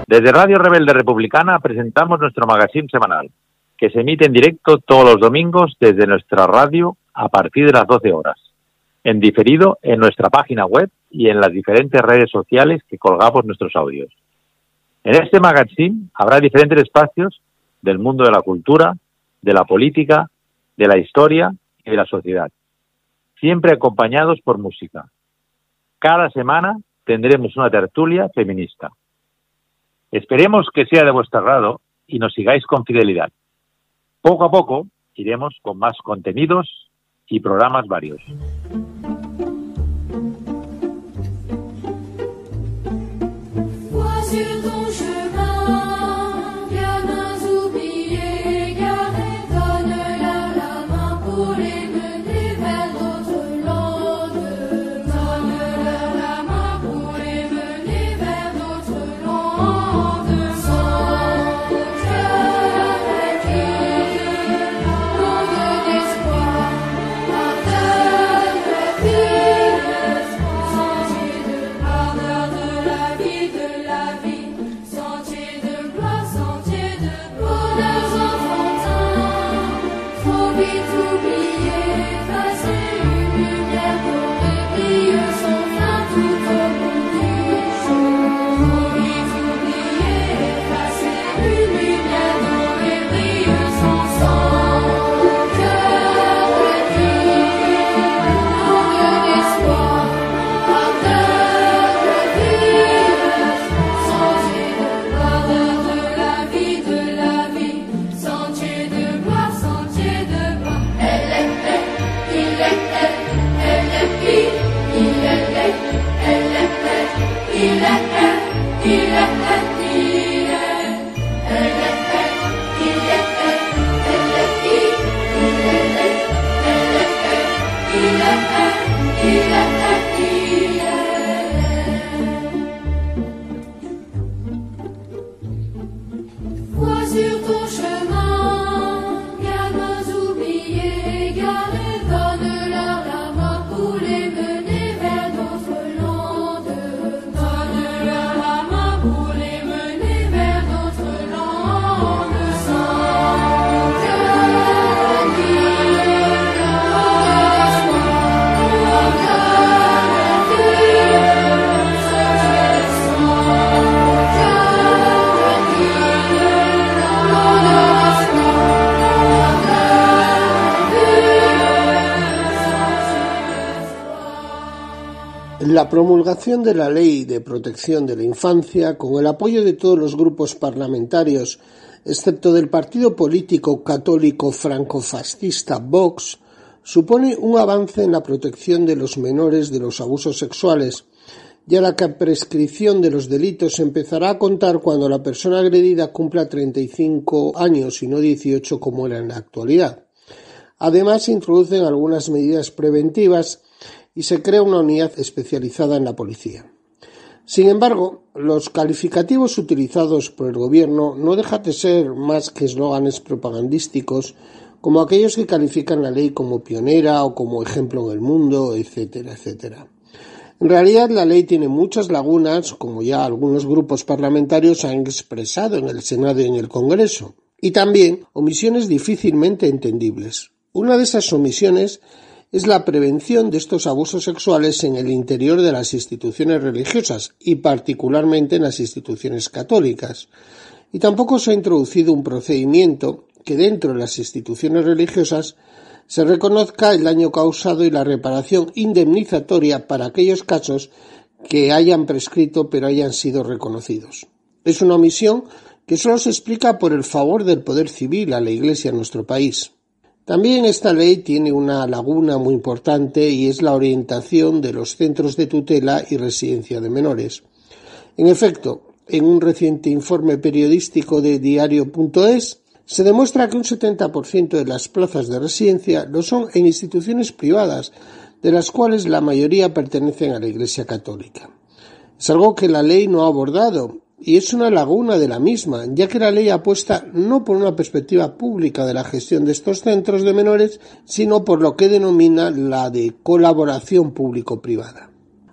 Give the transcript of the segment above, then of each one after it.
Desde Radio Rebelde Republicana presentamos nuestro magazine semanal, que se emite en directo todos los domingos desde nuestra radio a partir de las 12 horas, en diferido en nuestra página web y en las diferentes redes sociales que colgamos nuestros audios. En este magazine habrá diferentes espacios del mundo de la cultura, de la política, de la historia y de la sociedad, siempre acompañados por música. Cada semana tendremos una tertulia feminista. Esperemos que sea de vuestro agrado y nos sigáis con fidelidad. Poco a poco iremos con más contenidos y programas varios. La promulgación de la Ley de Protección de la Infancia, con el apoyo de todos los grupos parlamentarios, excepto del partido político católico francofascista Vox, supone un avance en la protección de los menores de los abusos sexuales, ya la prescripción de los delitos empezará a contar cuando la persona agredida cumpla 35 años y no 18 como era en la actualidad. Además, se introducen algunas medidas preventivas y se crea una unidad especializada en la policía. Sin embargo, los calificativos utilizados por el gobierno no dejan de ser más que eslóganes propagandísticos, como aquellos que califican la ley como pionera o como ejemplo en el mundo, etcétera, etcétera. En realidad, la ley tiene muchas lagunas, como ya algunos grupos parlamentarios han expresado en el Senado y en el Congreso, y también omisiones difícilmente entendibles. Una de esas omisiones es la prevención de estos abusos sexuales en el interior de las instituciones religiosas y particularmente en las instituciones católicas. Y tampoco se ha introducido un procedimiento que dentro de las instituciones religiosas se reconozca el daño causado y la reparación indemnizatoria para aquellos casos que hayan prescrito pero hayan sido reconocidos. Es una omisión que solo se explica por el favor del poder civil a la Iglesia en nuestro país. También esta ley tiene una laguna muy importante y es la orientación de los centros de tutela y residencia de menores. En efecto, en un reciente informe periodístico de diario.es se demuestra que un 70% de las plazas de residencia lo son en instituciones privadas, de las cuales la mayoría pertenecen a la Iglesia Católica. Es algo que la ley no ha abordado y es una laguna de la misma, ya que la ley apuesta no por una perspectiva pública de la gestión de estos centros de menores, sino por lo que denomina la de colaboración público-privada.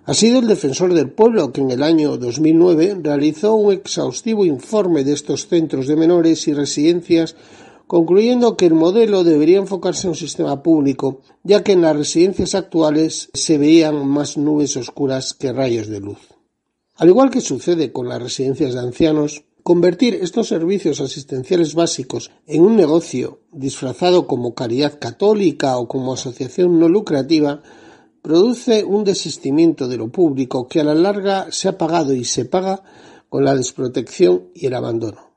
Ha sido el Defensor del Pueblo que en el año 2009 realizó un exhaustivo informe de estos centros de menores y residencias, concluyendo que el modelo debería enfocarse en un sistema público, ya que en las residencias actuales se veían más nubes oscuras que rayos de luz. Al igual que sucede con las residencias de ancianos, convertir estos servicios asistenciales básicos en un negocio disfrazado como caridad católica o como asociación no lucrativa produce un desistimiento de lo público que a la larga se ha pagado y se paga con la desprotección y el abandono.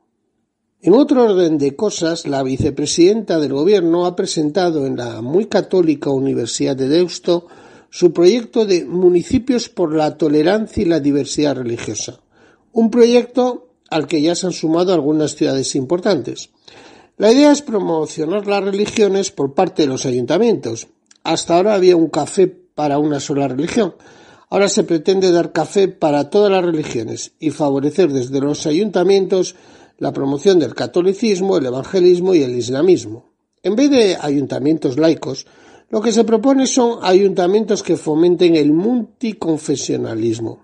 En otro orden de cosas, la vicepresidenta del Gobierno ha presentado en la muy católica Universidad de Deusto su proyecto de Municipios por la Tolerancia y la Diversidad Religiosa, un proyecto al que ya se han sumado algunas ciudades importantes. La idea es promocionar las religiones por parte de los ayuntamientos. Hasta ahora había un café para una sola religión. Ahora se pretende dar café para todas las religiones y favorecer desde los ayuntamientos la promoción del catolicismo, el evangelismo y el islamismo. En vez de ayuntamientos laicos, lo que se propone son ayuntamientos que fomenten el multiconfesionalismo.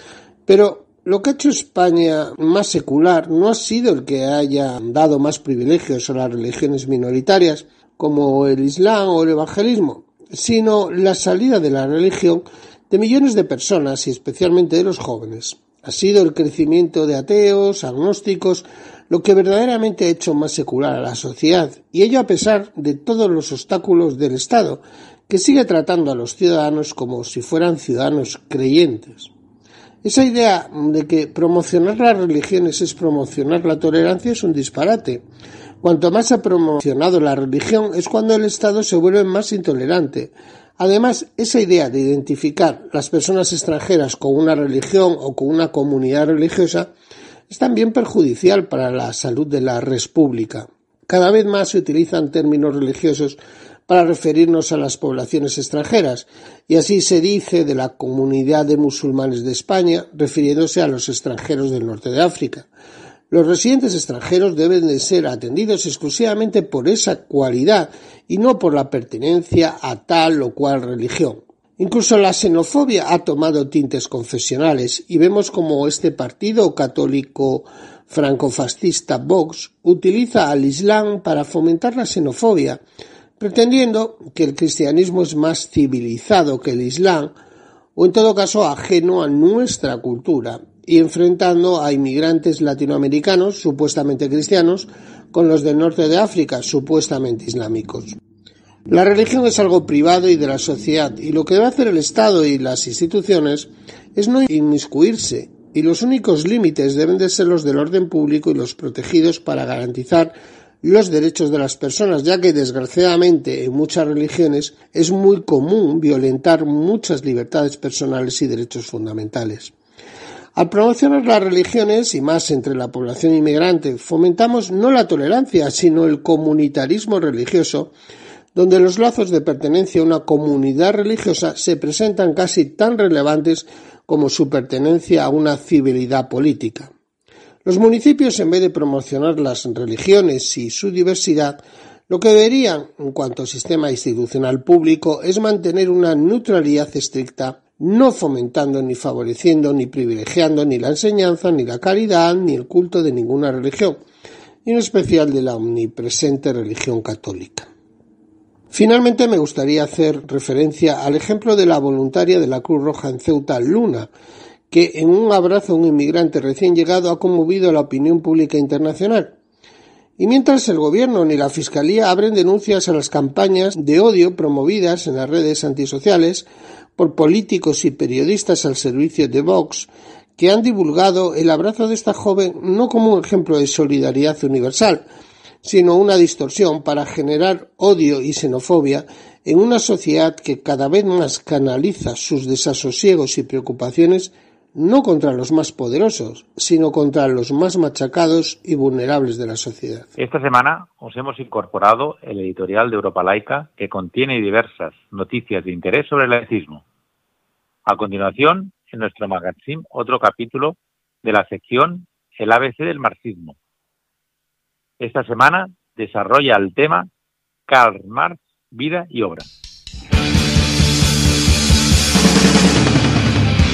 Pero lo que ha hecho España más secular no ha sido el que haya dado más privilegios a las religiones minoritarias, como el Islam o el evangelismo, sino la salida de la religión de millones de personas y especialmente de los jóvenes. Ha sido el crecimiento de ateos, agnósticos, lo que verdaderamente ha hecho más secular a la sociedad, y ello a pesar de todos los obstáculos del Estado, que sigue tratando a los ciudadanos como si fueran ciudadanos creyentes. Esa idea de que promocionar las religiones es promocionar la tolerancia es un disparate. Cuanto más se ha promocionado la religión es cuando el Estado se vuelve más intolerante. Además, esa idea de identificar las personas extranjeras con una religión o con una comunidad religiosa es también perjudicial para la salud de la res pública. Cada vez más se utilizan términos religiosos para referirnos a las poblaciones extranjeras, y así se dice de la comunidad de musulmanes de España, refiriéndose a los extranjeros del norte de África. Los residentes extranjeros deben de ser atendidos exclusivamente por esa cualidad y no por la pertenencia a tal o cual religión. Incluso la xenofobia ha tomado tintes confesionales y vemos como este partido católico francofascista Vox utiliza al Islam para fomentar la xenofobia, pretendiendo que el cristianismo es más civilizado que el Islam o en todo caso ajeno a nuestra cultura, y enfrentando a inmigrantes latinoamericanos supuestamente cristianos con los del norte de África supuestamente islámicos. La religión es algo privado y de la sociedad, y lo que debe hacer el Estado y las instituciones es no inmiscuirse, y los únicos límites deben de ser los del orden público y los protegidos para garantizar los derechos de las personas, ya que desgraciadamente en muchas religiones es muy común violentar muchas libertades personales y derechos fundamentales. Al promocionar las religiones, y más entre la población inmigrante, fomentamos no la tolerancia, sino el comunitarismo religioso, donde los lazos de pertenencia a una comunidad religiosa se presentan casi tan relevantes como su pertenencia a una civilidad política. Los municipios, en vez de promocionar las religiones y su diversidad, lo que deberían, en cuanto a sistema institucional público, es mantener una neutralidad estricta, no fomentando ni favoreciendo ni privilegiando ni la enseñanza, ni la caridad, ni el culto de ninguna religión, y en especial de la omnipresente religión católica. Finalmente me gustaría hacer referencia al ejemplo de la voluntaria de la Cruz Roja en Ceuta, Luna, que en un abrazo a un inmigrante recién llegado ha conmovido a la opinión pública internacional. Y mientras el Gobierno ni la Fiscalía abren denuncias a las campañas de odio promovidas en las redes antisociales por políticos y periodistas al servicio de Vox, que han divulgado el abrazo de esta joven no como un ejemplo de solidaridad universal, sino una distorsión para generar odio y xenofobia en una sociedad que cada vez más canaliza sus desasosiegos y preocupaciones no contra los más poderosos, sino contra los más machacados y vulnerables de la sociedad. Esta semana os hemos incorporado el editorial de Europa Laica, que contiene diversas noticias de interés sobre el laicismo. A continuación, en nuestro magazine, otro capítulo de la sección El ABC del marxismo. Esta semana desarrolla el tema Karl Marx, vida y obra.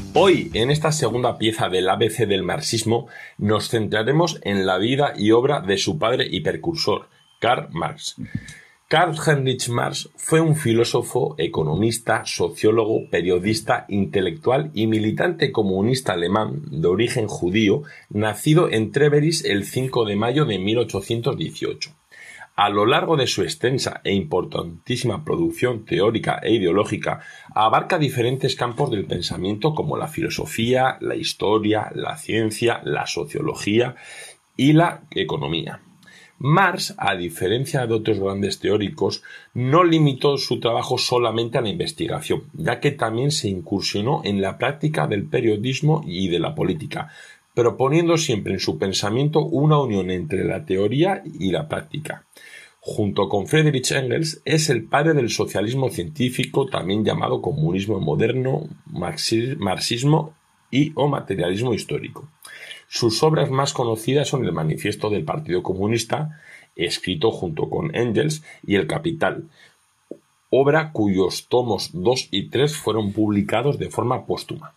Hoy, en esta segunda pieza del ABC del marxismo, nos centraremos en la vida y obra de su padre y precursor, Karl Marx. Karl Heinrich Marx fue un filósofo, economista, sociólogo, periodista, intelectual y militante comunista alemán de origen judío, nacido en Treveris el 5 de mayo de 1818. A lo largo de su extensa e importantísima producción teórica e ideológica, abarca diferentes campos del pensamiento como la filosofía, la historia, la ciencia, la sociología y la economía. Marx, a diferencia de otros grandes teóricos, no limitó su trabajo solamente a la investigación, ya que también se incursionó en la práctica del periodismo y de la política, proponiendo siempre en su pensamiento una unión entre la teoría y la práctica. Junto con Friedrich Engels, es el padre del socialismo científico, también llamado comunismo moderno, marxismo o materialismo histórico. Sus obras más conocidas son el Manifiesto del Partido Comunista, escrito junto con Engels, y El Capital, obra cuyos tomos 2 y 3 fueron publicados de forma póstuma.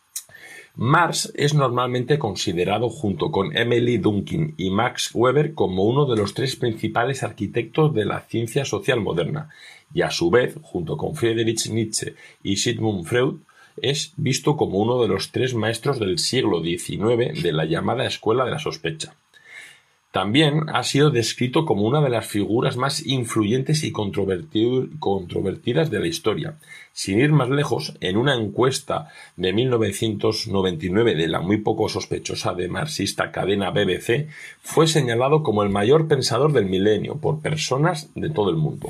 Marx es normalmente considerado junto con Emile Durkheim y Max Weber como uno de los tres principales arquitectos de la ciencia social moderna, y a su vez, junto con Friedrich Nietzsche y Sigmund Freud, es visto como uno de los tres maestros del siglo XIX de la llamada Escuela de la Sospecha. También ha sido descrito como una de las figuras más influyentes y controvertidas de la historia. Sin ir más lejos, en una encuesta de 1999 de la muy poco sospechosa de marxista cadena BBC, fue señalado como el mayor pensador del milenio por personas de todo el mundo.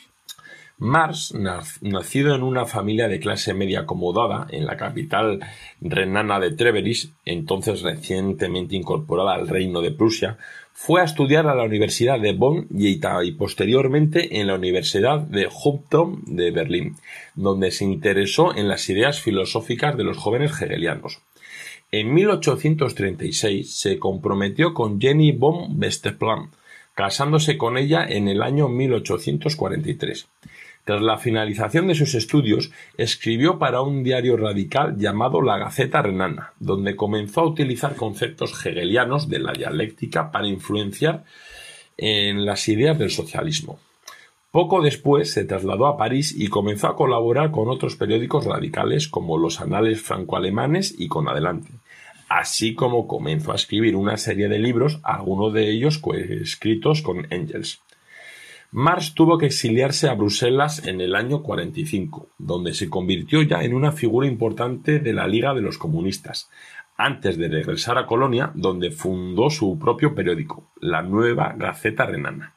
Marx, nacido en una familia de clase media acomodada en la capital renana de Treveris, entonces recientemente incorporada al Reino de Prusia, fue a estudiar a la Universidad de Bonn y posteriormente en la Universidad de Humboldt de Berlín, donde se interesó en las ideas filosóficas de los jóvenes hegelianos. En 1836 se comprometió con Jenny von Westphal, casándose con ella en el año 1843. Tras la finalización de sus estudios, escribió para un diario radical llamado La Gaceta Renana, donde comenzó a utilizar conceptos hegelianos de la dialéctica para influenciar en las ideas del socialismo. Poco después se trasladó a París y comenzó a colaborar con otros periódicos radicales como los Anales franco-alemanes y Con Adelante, así como comenzó a escribir una serie de libros, algunos de ellos coescritos con Engels. Marx tuvo que exiliarse a Bruselas en el año 45, donde se convirtió ya en una figura importante de la Liga de los Comunistas, antes de regresar a Colonia, donde fundó su propio periódico, la Nueva Gaceta Renana.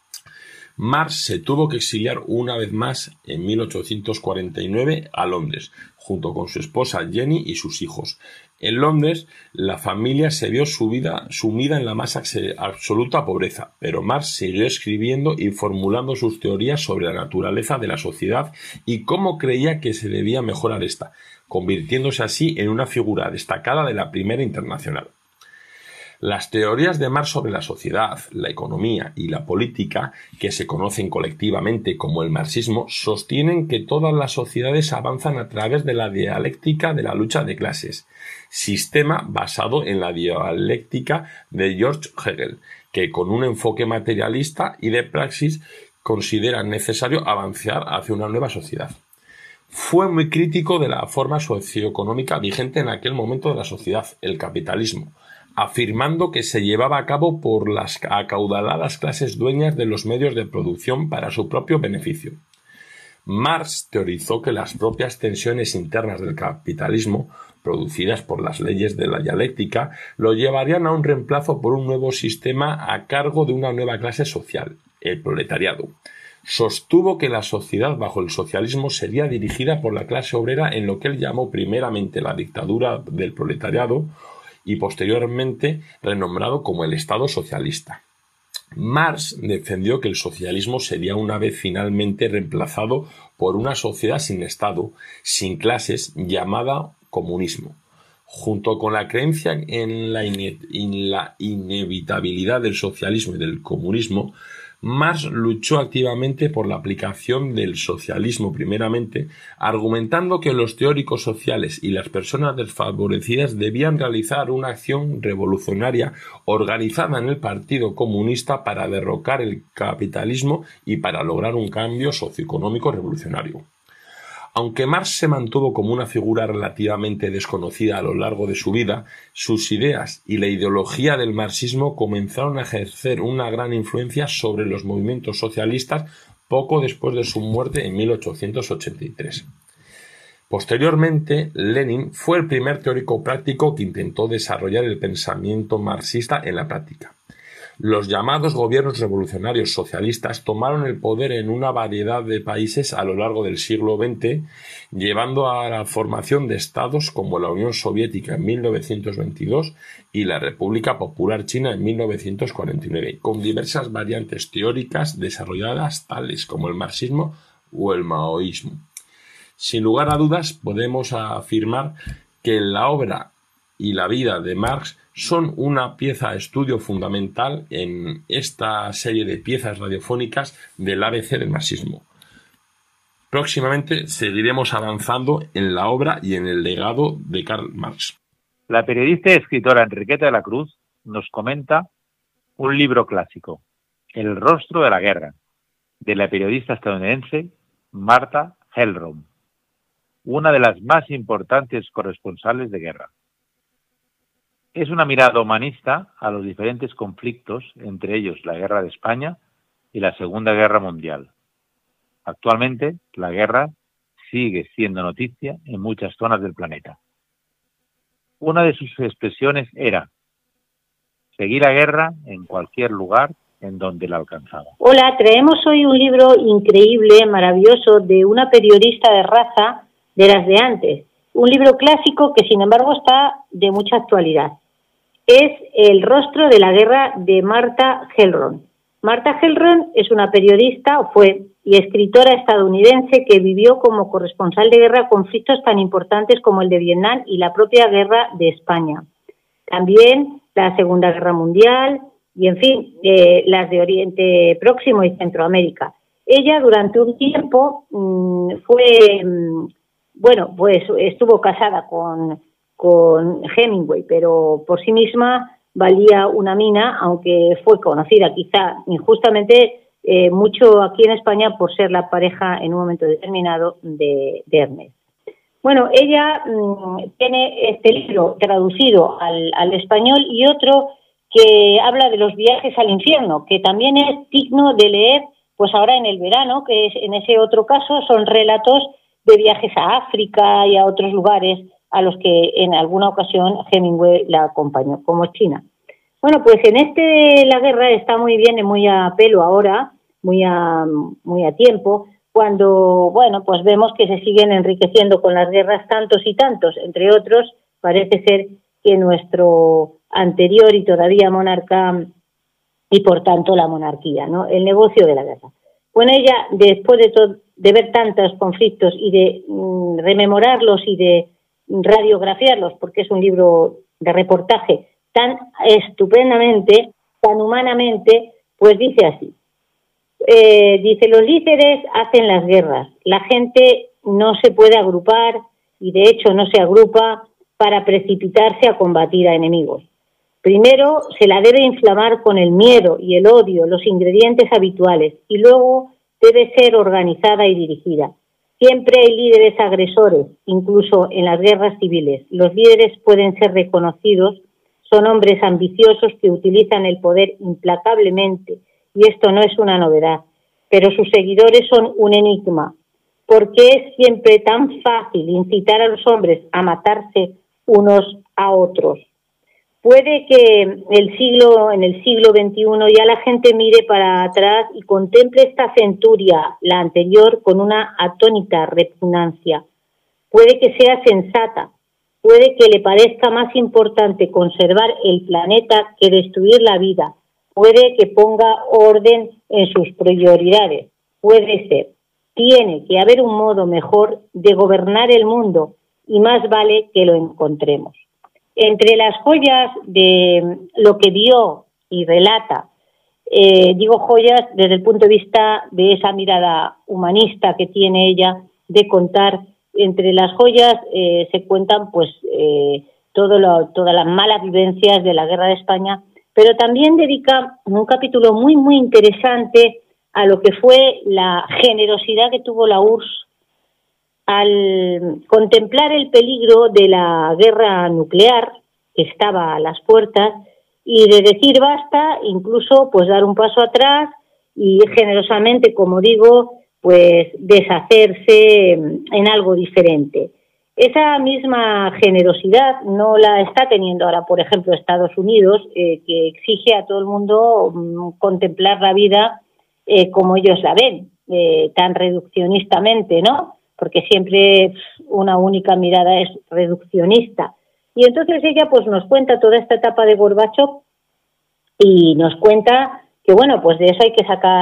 Marx se tuvo que exiliar una vez más en 1849 a Londres, junto con su esposa Jenny y sus hijos. En Londres, la familia se vio sumida en la más absoluta pobreza, pero Marx siguió escribiendo y formulando sus teorías sobre la naturaleza de la sociedad y cómo creía que se debía mejorar esta, convirtiéndose así en una figura destacada de la Primera Internacional. Las teorías de Marx sobre la sociedad, la economía y la política, que se conocen colectivamente como el marxismo, sostienen que todas las sociedades avanzan a través de la dialéctica de la lucha de clases, sistema basado en la dialéctica de George Hegel, que con un enfoque materialista y de praxis considera necesario avanzar hacia una nueva sociedad. Fue muy crítico de la forma socioeconómica vigente en aquel momento de la sociedad, el capitalismo, afirmando que se llevaba a cabo por las acaudaladas clases dueñas de los medios de producción para su propio beneficio. Marx teorizó que las propias tensiones internas del capitalismo, producidas por las leyes de la dialéctica, lo llevarían a un reemplazo por un nuevo sistema a cargo de una nueva clase social, el proletariado. Sostuvo que la sociedad bajo el socialismo sería dirigida por la clase obrera en lo que él llamó primeramente la dictadura del proletariado, y posteriormente renombrado como el Estado socialista. Marx defendió que el socialismo sería una vez finalmente reemplazado por una sociedad sin Estado, sin clases, llamada comunismo. Junto con la creencia en la inevitabilidad del socialismo y del comunismo, Marx luchó activamente por la aplicación del socialismo primeramente, argumentando que los teóricos sociales y las personas desfavorecidas debían realizar una acción revolucionaria organizada en el Partido Comunista para derrocar el capitalismo y para lograr un cambio socioeconómico revolucionario. Aunque Marx se mantuvo como una figura relativamente desconocida a lo largo de su vida, sus ideas y la ideología del marxismo comenzaron a ejercer una gran influencia sobre los movimientos socialistas poco después de su muerte en 1883. Posteriormente, Lenin fue el primer teórico práctico que intentó desarrollar el pensamiento marxista en la práctica. Los llamados gobiernos revolucionarios socialistas tomaron el poder en una variedad de países a lo largo del siglo XX, llevando a la formación de estados como la Unión Soviética en 1922 y la República Popular China en 1949, con diversas variantes teóricas desarrolladas tales como el marxismo o el maoísmo. Sin lugar a dudas, podemos afirmar que la obra y la vida de Marx son una pieza de estudio fundamental en esta serie de piezas radiofónicas del ABC del marxismo. Próximamente seguiremos avanzando en la obra y en el legado de Karl Marx. La periodista y escritora Enriqueta de la Cruz nos comenta un libro clásico, El rostro de la guerra, de la periodista estadounidense Martha Gellhorn, una de las más importantes corresponsales de guerra. Es una mirada humanista a los diferentes conflictos, entre ellos la Guerra de España y la Segunda Guerra Mundial. Actualmente, la guerra sigue siendo noticia en muchas zonas del planeta. Una de sus expresiones era: seguí la guerra en cualquier lugar en donde la alcanzaba. Hola, traemos hoy un libro increíble, maravilloso, de una periodista de raza de las de antes. Un libro clásico que, sin embargo, está de mucha actualidad. Es El rostro de la guerra, de Martha Gellhorn. Martha Gellhorn es una periodista, o fue, y escritora estadounidense que vivió como corresponsal de guerra conflictos tan importantes como el de Vietnam y la propia guerra de España. También la Segunda Guerra Mundial y, en fin, las de Oriente Próximo y Centroamérica. Ella durante un tiempo pues estuvo casada con Hemingway, pero por sí misma valía una mina, aunque fue conocida quizá injustamente mucho aquí en España por ser la pareja en un momento determinado de Ernest. Bueno, ella tiene este libro traducido al español y otro que habla de los viajes al infierno, que también es digno de leer pues ahora en el verano, que es, en ese otro caso son relatos de viajes a África y a otros lugares a los que en alguna ocasión Hemingway la acompañó, como China. Bueno, pues en la guerra está muy bien y muy a pelo ahora, muy a tiempo, cuando, bueno, pues vemos que se siguen enriqueciendo con las guerras tantos y tantos, entre otros, parece ser que nuestro anterior y todavía monarca, y por tanto la monarquía, ¿no? El negocio de la guerra. Bueno, ella, después de ver tantos conflictos y de rememorarlos y de radiografiarlos, porque es un libro de reportaje tan estupendamente, tan humanamente, pues dice así. Dice, los líderes hacen las guerras, la gente no se puede agrupar y de hecho no se agrupa para precipitarse a combatir a enemigos. Primero se la debe inflamar con el miedo y el odio, los ingredientes habituales, y luego debe ser organizada y dirigida. Siempre hay líderes agresores, incluso en las guerras civiles. Los líderes pueden ser reconocidos, son hombres ambiciosos que utilizan el poder implacablemente, y esto no es una novedad, pero sus seguidores son un enigma. ¿Por qué es siempre tan fácil incitar a los hombres a matarse unos a otros? Puede que en el siglo XXI ya la gente mire para atrás y contemple esta centuria, la anterior, con una atónita repugnancia. Puede que sea sensata, puede que le parezca más importante conservar el planeta que destruir la vida, puede que ponga orden en sus prioridades, puede ser. Tiene que haber un modo mejor de gobernar el mundo y más vale que lo encontremos. Entre las joyas de lo que vio y relata Digo joyas desde el punto de vista de esa mirada humanista que tiene ella de contar. Entre las joyas se cuentan pues todas las malas vivencias de la Guerra de España, pero también dedica un capítulo muy, muy interesante a lo que fue la generosidad que tuvo la URSS al contemplar el peligro de la guerra nuclear que estaba a las puertas y de decir basta, incluso pues dar un paso atrás y generosamente, como digo, pues deshacerse en algo diferente. Esa misma generosidad no la está teniendo ahora, por ejemplo, Estados Unidos, que exige a todo el mundo contemplar la vida como ellos la ven, tan reduccionistamente, ¿no? Porque siempre una única mirada es reduccionista. Y entonces ella pues nos cuenta toda esta etapa de Gorbachov y nos cuenta que bueno, pues de eso hay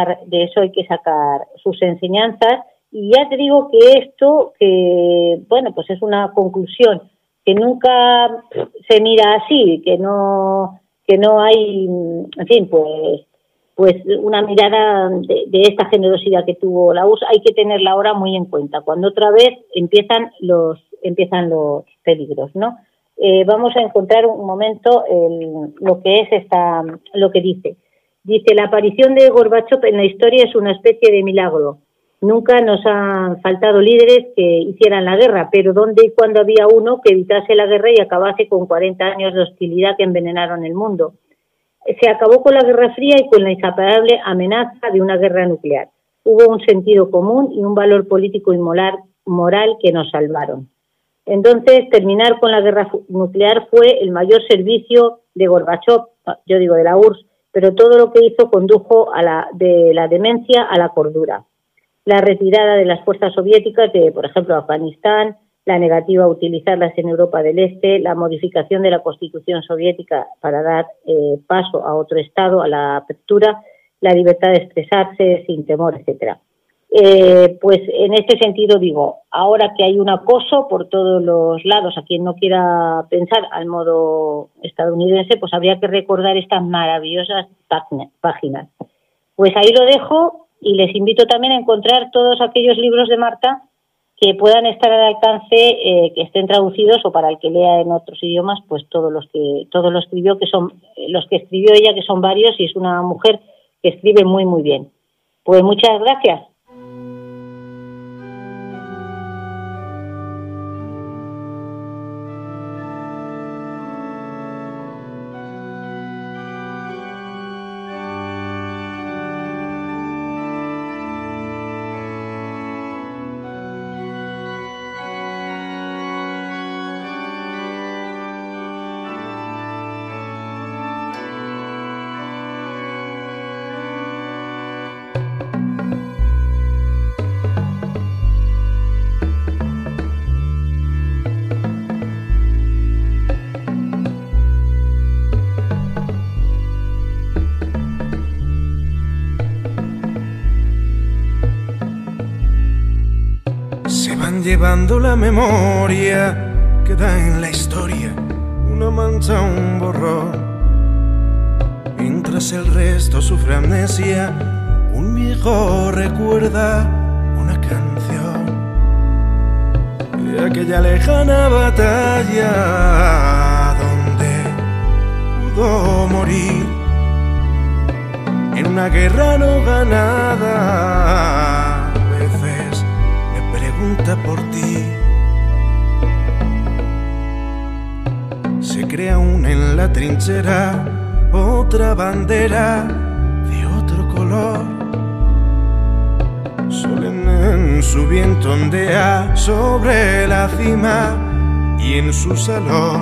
que sacar sus enseñanzas. Y ya te digo que esto, que bueno, pues es una conclusión que nunca se mira así, que no hay, en fin, pues una mirada de esta generosidad que tuvo la URSS hay que tenerla ahora muy en cuenta, cuando otra vez empiezan los peligros, ¿no? Vamos a encontrar un momento lo que es lo que dice. Dice, la aparición de Gorbachov en la historia es una especie de milagro. Nunca nos han faltado líderes que hicieran la guerra, pero ¿dónde y cuándo había uno que evitase la guerra y acabase con 40 años de hostilidad que envenenaron el mundo? Se acabó con la Guerra Fría y con la inseparable amenaza de una guerra nuclear. Hubo un sentido común y un valor político y moral que nos salvaron. Entonces, terminar con la guerra nuclear fue el mayor servicio de Gorbachov, yo digo de la URSS, pero todo lo que hizo condujo de la demencia a la cordura. La retirada de las fuerzas soviéticas de, por ejemplo, Afganistán, la negativa a utilizarlas en Europa del Este, la modificación de la Constitución soviética para dar paso a otro Estado, a la apertura, la libertad de expresarse sin temor, etcétera. Pues en este sentido digo, ahora que hay un acoso por todos los lados, a quien no quiera pensar al modo estadounidense, pues habría que recordar estas maravillosas páginas. Pues ahí lo dejo y les invito también a encontrar todos aquellos libros de Marta que puedan estar al alcance, que estén traducidos, o para el que lea en otros idiomas, pues todos los que escribió, que son los que escribió ella, que son varios, y es una mujer que escribe muy, muy bien. Pues muchas gracias. Llevando la memoria, queda en la historia una mancha, un borrón. Mientras el resto sufre amnesia, un viejo recuerda una canción de aquella lejana batalla donde pudo morir en una guerra no ganada. Pregunta por ti. Se crea aún en la trinchera otra bandera de otro color. Solemne en su viento ondea sobre la cima y en su salón.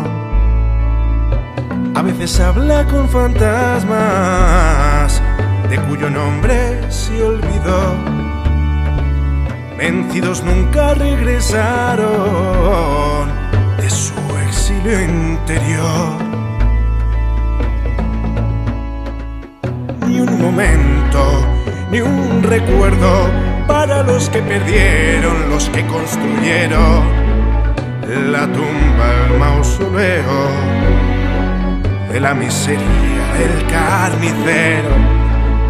A veces habla con fantasmas de cuyo nombre se olvidó. Vencidos nunca regresaron de su exilio interior. Ni un momento, ni un recuerdo para los que perdieron, los que construyeron la tumba, el mausoleo de la miseria del carnicero.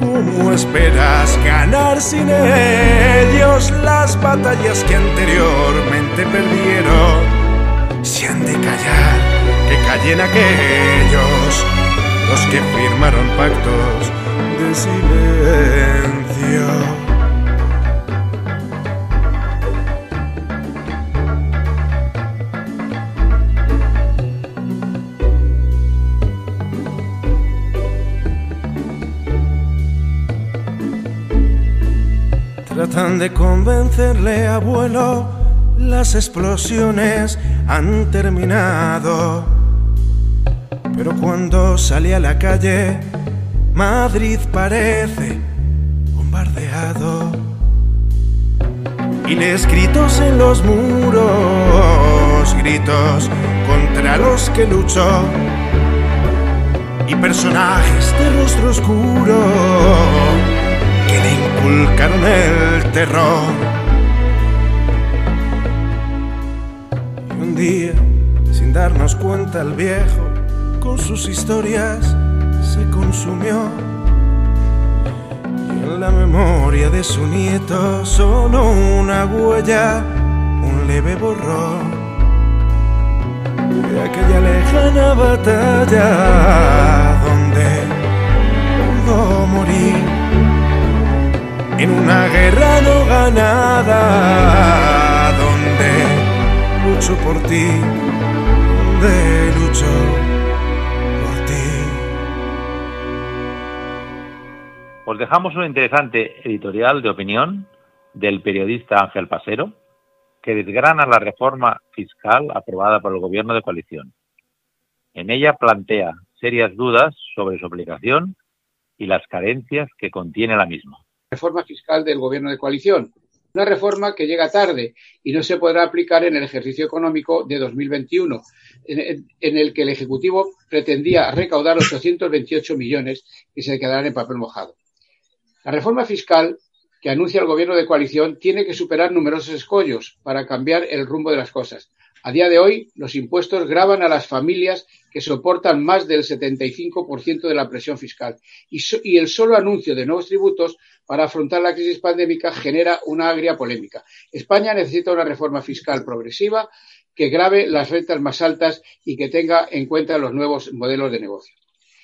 ¿Cómo esperas ganar sin ellos las batallas que anteriormente perdieron? Si han de callar, que callen aquellos, los que firmaron pactos de silencio. Tratan de convencerle, abuelo, las explosiones han terminado. Pero cuando sale a la calle, Madrid parece bombardeado. Y les gritos en los muros, gritos contra los que luchó. Y personajes de rostro oscuro que le inculcaron el terror. Y un día, sin darnos cuenta, el viejo con sus historias se consumió. Y en la memoria de su nieto solo una huella, un leve borrón de aquella lejana batalla donde pudo morir en una guerra no ganada, donde lucho por ti, donde lucho por ti. Os dejamos un interesante editorial de opinión del periodista Ángel Pasero, que desgrana la reforma fiscal aprobada por el Gobierno de coalición. En ella plantea serias dudas sobre su aplicación y las carencias que contiene la misma. Reforma fiscal del Gobierno de coalición. Una reforma que llega tarde y no se podrá aplicar en el ejercicio económico de 2021, en el que el Ejecutivo pretendía recaudar 828 millones que se quedarán en papel mojado. La reforma fiscal que anuncia el Gobierno de coalición tiene que superar numerosos escollos para cambiar el rumbo de las cosas. A día de hoy, los impuestos gravan a las familias que soportan más del 75% de la presión fiscal y el solo anuncio de nuevos tributos para afrontar la crisis pandémica genera una agria polémica. España necesita una reforma fiscal progresiva que grave las rentas más altas y que tenga en cuenta los nuevos modelos de negocio.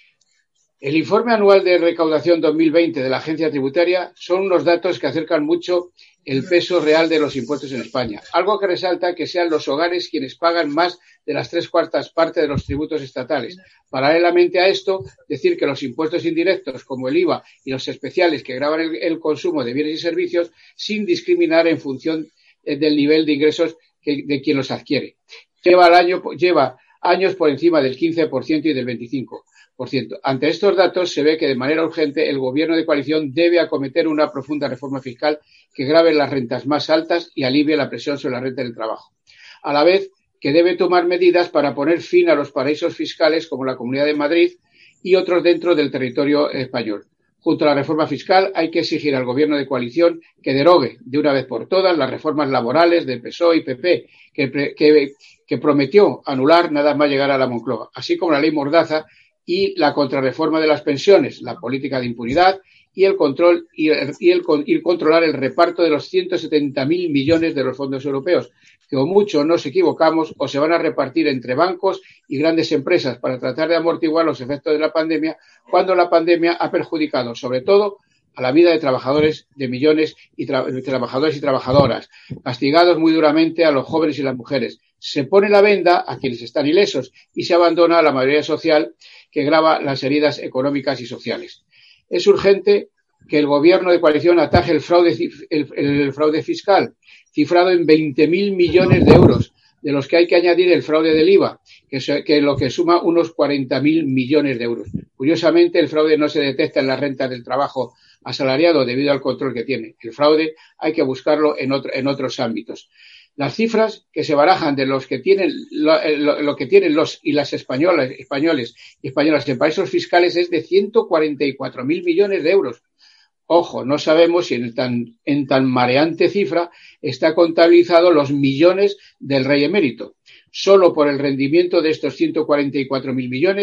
El informe anual de recaudación 2020 de la Agencia Tributaria son unos datos que acercan mucho el peso real de los impuestos en España. Algo que resalta que sean los hogares quienes pagan más de las 3/4 partes de los tributos estatales. Paralelamente a esto, decir que los impuestos indirectos como el IVA y los especiales que gravan el consumo de bienes y servicios sin discriminar en función del nivel de ingresos de quien los adquiere. Lleva años por encima del 15% y del 25%. Ante estos datos se ve que de manera urgente el Gobierno de coalición debe acometer una profunda reforma fiscal que grave las rentas más altas y alivie la presión sobre la renta del trabajo. A la vez que debe tomar medidas para poner fin a los paraísos fiscales como la Comunidad de Madrid y otros dentro del territorio español. Junto a la reforma fiscal hay que exigir al Gobierno de coalición que derogue de una vez por todas las reformas laborales de PSOE y PP que prometió anular nada más llegar a la Moncloa, así como la ley Mordaza y la contrarreforma de las pensiones, la política de impunidad y el controlar el reparto de los 170.000 millones de los fondos europeos, que o mucho nos equivocamos o se van a repartir entre bancos y grandes empresas para tratar de amortiguar los efectos de la pandemia, cuando la pandemia ha perjudicado sobre todo a la vida de trabajadores, de millones de trabajadores y trabajadoras, castigados muy duramente a los jóvenes y las mujeres. Se pone la venda a quienes están ilesos y se abandona a la mayoría social que grava las heridas económicas y sociales. Es urgente que el Gobierno de coalición ataje el fraude fiscal, cifrado en 20.000 millones de euros, de los que hay que añadir el fraude del IVA, que lo que suma unos 40.000 millones de euros. Curiosamente, el fraude no se detecta en las rentas del trabajo asalariado debido al control que tiene. El fraude hay que buscarlo en otros ámbitos. Las cifras que se barajan de los que tienen lo que tienen los y las españoles y españolas en paraísos fiscales es de 144.000 millones de euros. Ojo, no sabemos si en tan mareante cifra está contabilizado los millones del rey emérito. Solo por el rendimiento de estos 144.000 millones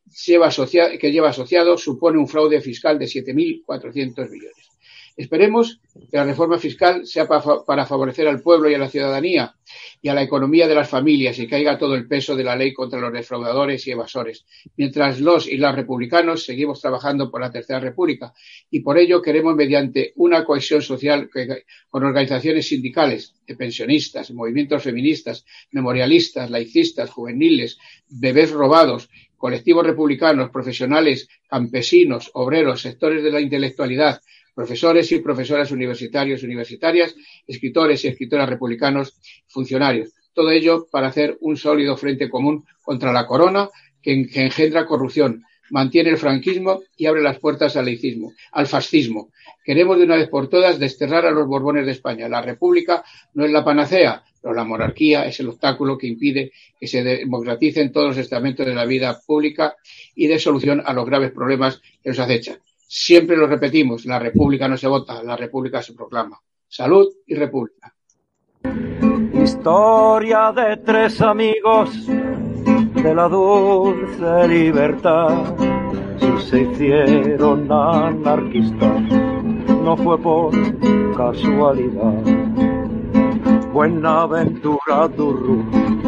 lleva asociado supone un fraude fiscal de 7.400 millones. Esperemos que la reforma fiscal sea para favorecer al pueblo y a la ciudadanía y a la economía de las familias y caiga todo el peso de la ley contra los defraudadores y evasores, mientras los y las republicanos seguimos trabajando por la Tercera República y por ello queremos, mediante una cohesión social con organizaciones sindicales, de pensionistas, movimientos feministas, memorialistas, laicistas, juveniles, bebés robados, colectivos republicanos, profesionales, campesinos, obreros, sectores de la intelectualidad, profesores y profesoras universitarios y universitarias, escritores y escritoras republicanos, funcionarios. Todo ello para hacer un sólido frente común contra la corona que engendra corrupción, mantiene el franquismo y abre las puertas al fascismo. Queremos de una vez por todas desterrar a los Borbones de España. La República no es la panacea, pero la monarquía es el obstáculo que impide que se democraticen todos los estamentos de la vida pública y dé solución a los graves problemas que nos acechan. Siempre lo repetimos, la República no se vota, la República se proclama. Salud y República. Historia de tres amigos de la dulce libertad. Si se hicieron anarquistas, no fue por casualidad. Buenaventura Durru,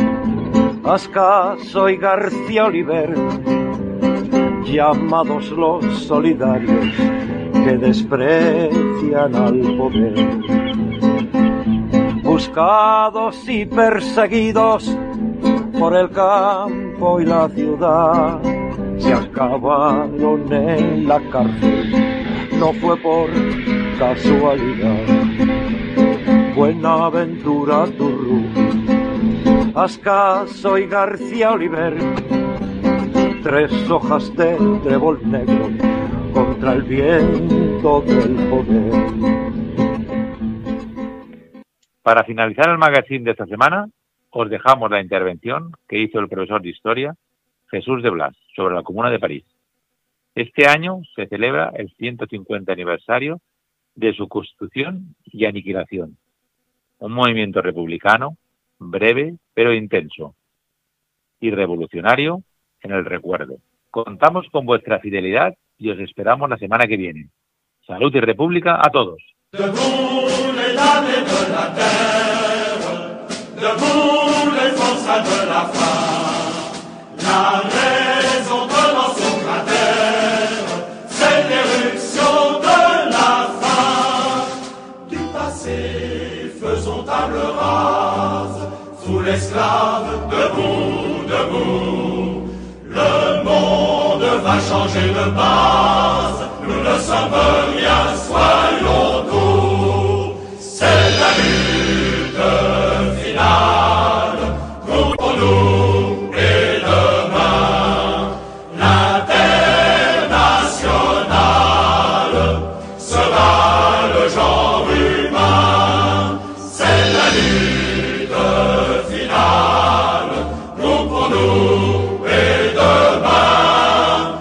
Ascaso y García Oliver, llamados los solidarios que desprecian al poder. Buscados y perseguidos por el campo y la ciudad, se acabaron en la cárcel, no fue por casualidad. Buenaventura Durru, Ascaso y García Oliver, tres hojas de trébol negro contra el viento del poder. Para finalizar el magazine de esta semana, os dejamos la intervención que hizo el profesor de Historia, Jesús de Blas, sobre la Comuna de París. Este año se celebra el 150 aniversario de su constitución y aniquilación. Un movimiento republicano, breve pero intenso, y revolucionario en el recuerdo. Contamos con vuestra fidelidad y os esperamos la semana que viene. Salud y República a todos. Debout les damnés de la terre, debout les forçats de la faim, la raison dans son cratère, c'est l'éruption de la fin. Du passé faisons table rase, sous l'esclave, debout, debout. Le monde va changer de base, nous ne sommes rien, soyons doux. C'est la lutte finale, pour nous et demain. L'internationale sera le genre humain. C'est la lutte finale, nous pour nous et demain.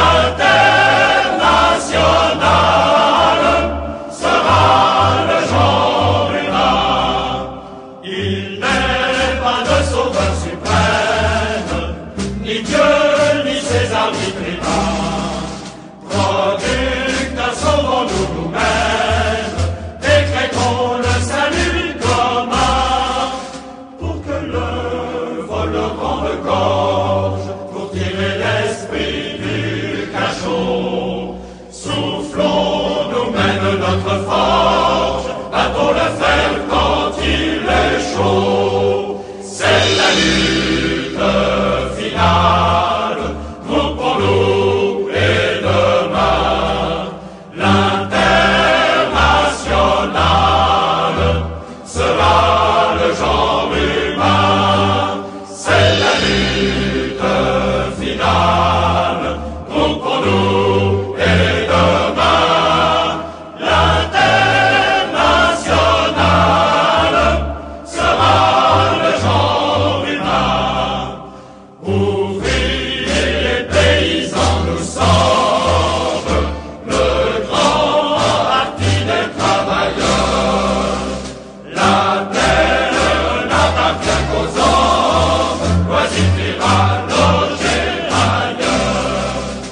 L'internationale sera le genre humain. Il n'est pas de sauveur suprême, ni Dieu ni ses arbitres. Producteurs, sauvons-nous nous-mêmes, décrétons le salut commun, pour que le vol rende gorge, pour tirer l'esprit du cachot. Soufflons, nous mène notre forge, battons le fer quand il est chaud. C'est la lutte finale.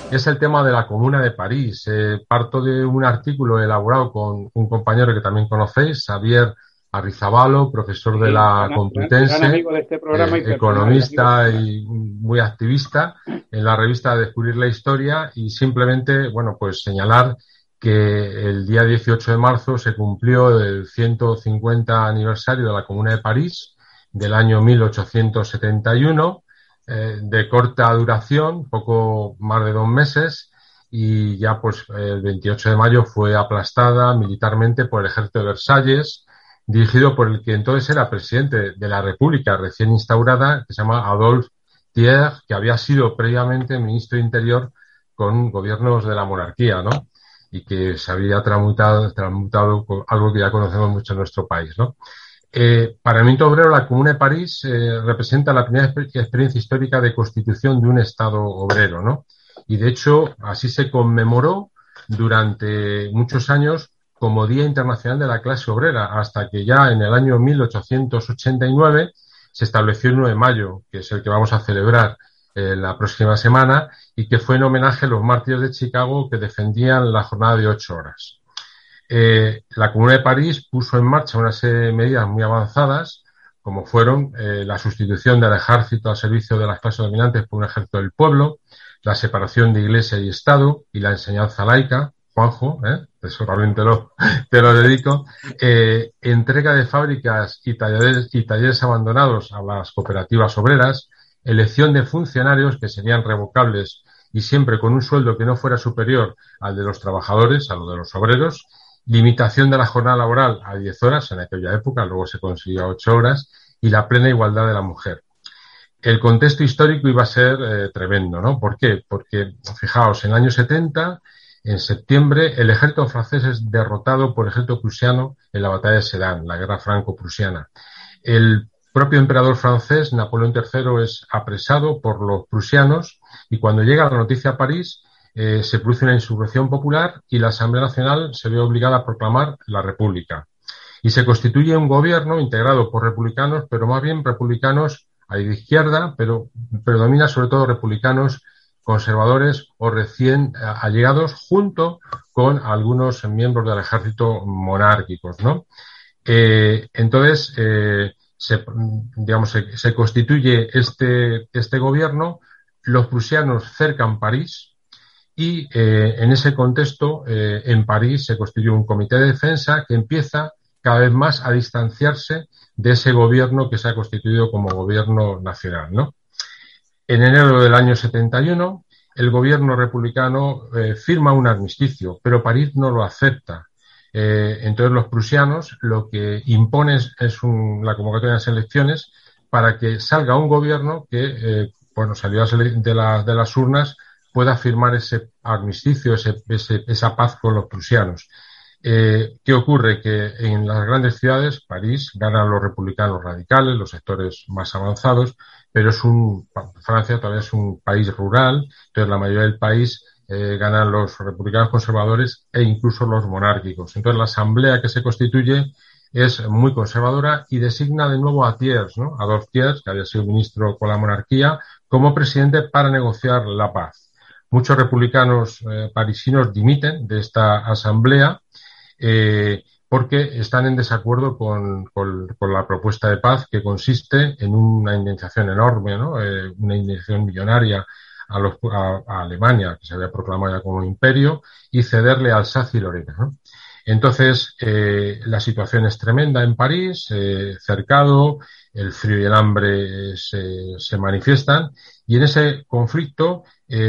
es el tema de la Comuna de París. Parto de un artículo elaborado con un compañero que también conocéis, Xavier Arrizabalo, profesor de la Complutense, gran amigo de este programa y economista y muy activista en la revista Descubrir la Historia, y simplemente, bueno, pues señalar que el día 18 de marzo se cumplió el 150 aniversario de la Comuna de París del año 1871, de corta duración, poco más de 2 meses, y ya pues el 28 de mayo fue aplastada militarmente por el ejército de Versalles, dirigido por el que entonces era presidente de la República recién instaurada, que se llama Adolphe Thiers, que había sido previamente ministro de Interior con gobiernos de la monarquía, ¿no? Y que se había transmutado con algo que ya conocemos mucho en nuestro país, ¿no? Para el movimiento obrero, la Comuna de París representa la primera experiencia histórica de constitución de un Estado obrero, ¿no? Y de hecho, así se conmemoró durante muchos años como Día Internacional de la Clase Obrera, hasta que ya en el año 1889 se estableció el 9 de mayo, que es el que vamos a celebrar la próxima semana, y que fue en homenaje a los mártires de Chicago que defendían la jornada de 8 horas. La Comuna de París puso en marcha una serie de medidas muy avanzadas, como fueron la sustitución del ejército al servicio de las clases dominantes por un ejército del pueblo, la separación de Iglesia y Estado y la enseñanza laica. Juanjo, eso también te lo dedico, entrega de fábricas y talleres abandonados a las cooperativas obreras, elección de funcionarios que serían revocables y siempre con un sueldo que no fuera superior al de los trabajadores, a lo de los obreros, limitación de la jornada laboral a 10 horas en aquella época, luego se consiguió a 8 horas, y la plena igualdad de la mujer. El contexto histórico iba a ser tremendo, ¿no? ¿Por qué? Porque, fijaos, en el año 70, en septiembre, el ejército francés es derrotado por el ejército prusiano en la batalla de Sedan, la guerra franco-prusiana. El propio emperador francés, Napoleón III, es apresado por los prusianos, y cuando llega la noticia a París, se produce una insurrección popular y la Asamblea Nacional se ve obligada a proclamar la República. Y se constituye un gobierno integrado por republicanos, pero más bien republicanos de izquierda, pero predomina sobre todo republicanos conservadores o recién allegados, junto con algunos miembros del ejército monárquicos, ¿no? Entonces, se constituye este gobierno, los prusianos cercan París, y en ese contexto, en París se constituye un comité de defensa que empieza cada vez más a distanciarse de ese gobierno que se ha constituido como gobierno nacional, ¿no? En enero del año 71, el gobierno republicano firma un armisticio, pero París no lo acepta. Entonces los prusianos lo que imponen es la convocatoria de las elecciones para que salga un gobierno que, salió de las urnas, pueda firmar ese armisticio, esa paz con los prusianos. ¿Qué ocurre? Que en las grandes ciudades, París, ganan los republicanos radicales, los sectores más avanzados, pero Francia todavía es un país rural, entonces la mayoría del país ganan los republicanos conservadores e incluso los monárquicos. Entonces la asamblea que se constituye es muy conservadora y designa de nuevo a Thiers, ¿no? Adolphe Thiers, que había sido ministro con la monarquía, como presidente para negociar la paz. Muchos republicanos parisinos dimiten de esta asamblea porque están en desacuerdo con la propuesta de paz, que consiste en una indemnización enorme, ¿no? Una indemnización millonaria a Alemania, que se había proclamado ya como imperio, y cederle Alsacia y Lorena, ¿no? Entonces, la situación es tremenda en París, cercado, el frío y el hambre se manifiestan, y en ese conflicto,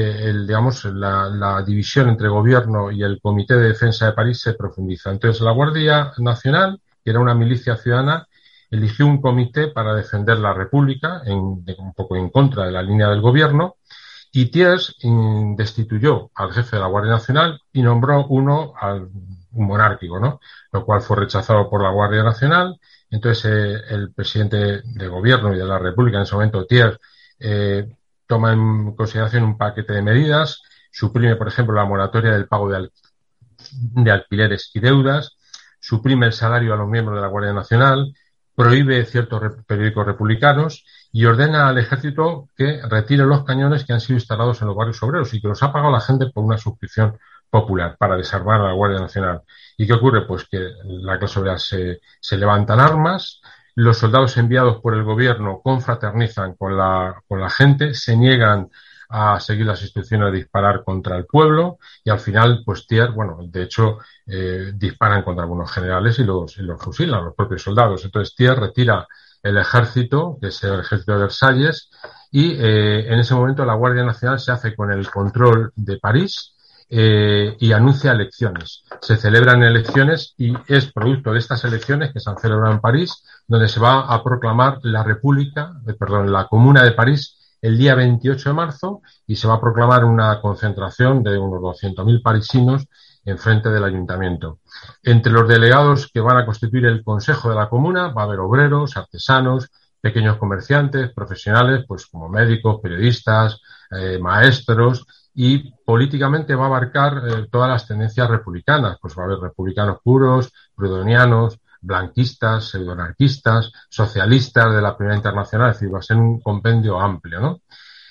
la división entre gobierno y el Comité de Defensa de París se profundiza. Entonces, la Guardia Nacional, que era una milicia ciudadana, eligió un comité para defender la República, un poco en contra de la línea del gobierno, y Thiers destituyó al jefe de la Guardia Nacional y nombró un monárquico, ¿no? Lo cual fue rechazado por la Guardia Nacional. Entonces, el presidente de gobierno y de la República, en ese momento, Thiers, toma en consideración un paquete de medidas, suprime, por ejemplo, la moratoria del pago de alquileres y deudas, suprime el salario a los miembros de la Guardia Nacional, prohíbe ciertos periódicos republicanos y ordena al ejército que retire los cañones que han sido instalados en los barrios obreros y que los ha pagado la gente por una suscripción popular para desarmar a la Guardia Nacional. ¿Y qué ocurre? Pues que la clase obrera se levantan armas, los soldados enviados por el gobierno confraternizan con la gente, se niegan a seguir las instrucciones de disparar contra el pueblo y al final, pues Thiers, bueno, de hecho, disparan contra algunos generales y los fusilan, los propios soldados. Entonces Thiers retira el ejército, que es el ejército de Versalles, y en ese momento la Guardia Nacional se hace con el control de París y anuncia elecciones. Se celebran elecciones y es producto de estas elecciones que se han celebrado en París, donde se va a proclamar la Comuna de París el día 28 de marzo y se va a proclamar una concentración de unos 200.000 parisinos enfrente del ayuntamiento. Entre los delegados que van a constituir el Consejo de la Comuna va a haber obreros, artesanos, pequeños comerciantes, profesionales, pues como médicos, periodistas, maestros, y políticamente va a abarcar todas las tendencias republicanas. Pues va a haber republicanos puros, proudhonianos, blanquistas, pseudonarquistas, socialistas de la Primera Internacional, es decir, va a ser un compendio amplio, ¿no?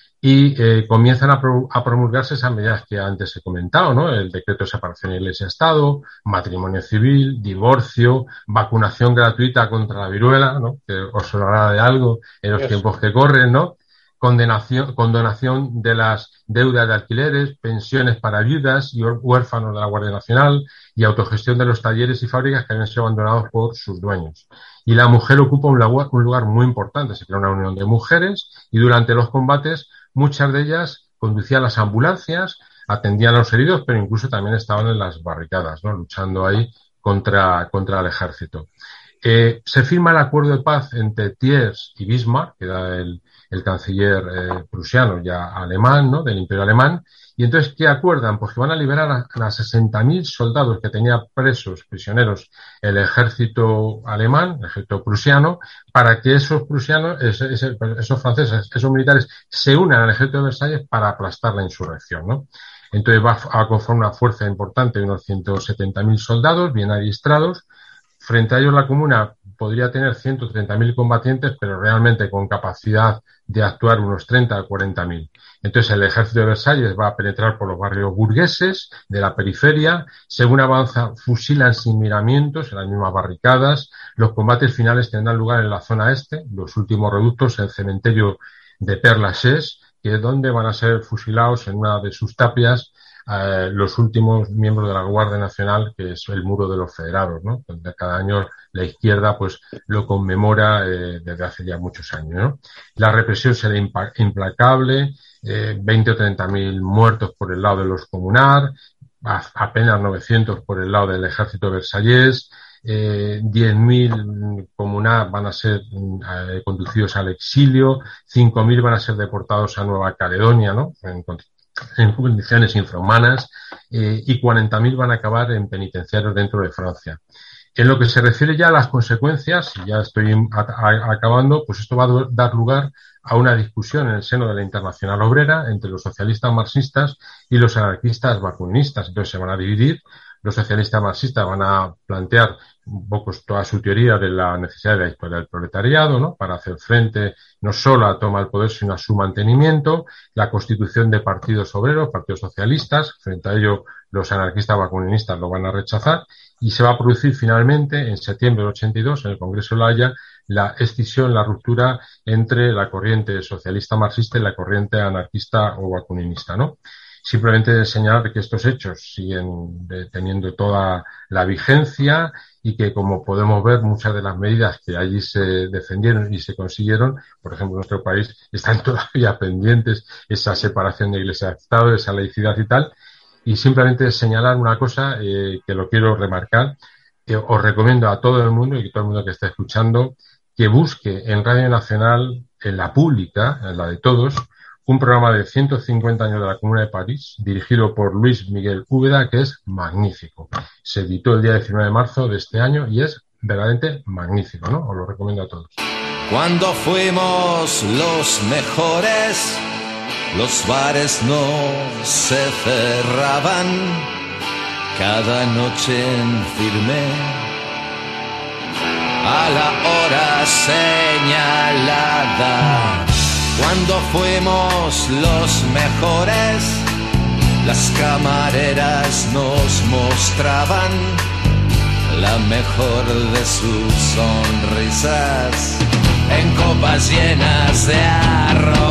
Y comienzan a promulgarse esas medidas que antes he comentado, ¿no? El decreto de separación de Iglesia-Estado, matrimonio civil, divorcio, vacunación gratuita contra la viruela, ¿no? Que os sonará de algo en los tiempos que corren, ¿no? Condonación de las deudas de alquileres, pensiones para viudas y huérfanos de la Guardia Nacional y autogestión de los talleres y fábricas que habían sido abandonados por sus dueños. Y la mujer ocupa un lugar muy importante. Se crea una unión de mujeres y durante los combates muchas de ellas conducían las ambulancias, atendían a los heridos, pero incluso también estaban en las barricadas, ¿no? Luchando ahí contra el ejército. Se firma el acuerdo de paz entre Thiers y Bismarck, que era el canciller prusiano ya alemán, ¿no? Del Imperio Alemán. Y entonces, ¿qué acuerdan? Pues que van a liberar a 60.000 soldados que tenía presos, prisioneros, el ejército alemán, el ejército prusiano, para que esos prusianos, esos franceses, esos militares, se unan al ejército de Versalles para aplastar la insurrección, ¿no? Entonces va a conformar una fuerza importante de unos 170.000 soldados bien adiestrados. Frente a ellos la Comuna podría tener 130.000 combatientes, pero realmente con capacidad de actuar unos 30 a 40.000. Entonces el ejército de Versalles va a penetrar por los barrios burgueses de la periferia. Según avanza, fusilan sin miramientos en las mismas barricadas. Los combates finales tendrán lugar en la zona este, los últimos reductos, el cementerio de Père Lachaise, que es donde van a ser fusilados en una de sus tapias los últimos miembros de la Guardia Nacional, que es el Muro de los Federados, ¿no? Donde cada año la izquierda pues lo conmemora desde hace ya muchos años, ¿no? La represión será implacable, 20 o 30.000 muertos por el lado de los comunar, apenas 900 por el lado del ejército versallés, 10.000 comunar van a ser conducidos al exilio, 5.000 van a ser deportados a Nueva Caledonia, ¿no? En condiciones infrahumanas, y 40.000 van a acabar en penitenciarios dentro de Francia. En lo que se refiere ya a las consecuencias, y ya estoy acabando, pues esto va a dar lugar a una discusión en el seno de la Internacional Obrera entre los socialistas marxistas y los anarquistas bakunistas. Entonces se van a dividir. Los socialistas marxistas van a plantear un poco toda su teoría de la necesidad de la historia del proletariado, ¿no? Para hacer frente no solo a la toma del poder, sino a su mantenimiento, la constitución de partidos obreros, partidos socialistas. Frente a ello, los anarquistas bakunistas lo van a rechazar y se va a producir finalmente, en septiembre del 82, en el Congreso de La Haya, la escisión, la ruptura entre la corriente socialista marxista y la corriente anarquista o bakuninista, ¿no? Simplemente señalar que estos hechos siguen teniendo toda la vigencia y que, como podemos ver, muchas de las medidas que allí se defendieron y se consiguieron, por ejemplo, en nuestro país, están todavía pendientes, esa separación de Iglesia-Estado, esa laicidad y tal. Y simplemente señalar una cosa que lo quiero remarcar, que os recomiendo a todo el mundo y a todo el mundo que esté escuchando, que busque en Radio Nacional, en la pública, en la de todos, un programa de 150 años de la Comuna de París, dirigido por Luis Miguel Úbeda, que es magnífico. Se editó el día 19 de marzo de este año y es verdaderamente magnífico, ¿no? Os lo recomiendo a todos. Cuando fuimos los mejores, los bares no se cerraban, cada noche en firme a la hora señalada. Cuando fuimos los mejores, las camareras nos mostraban la mejor de sus sonrisas en copas llenas de arroz.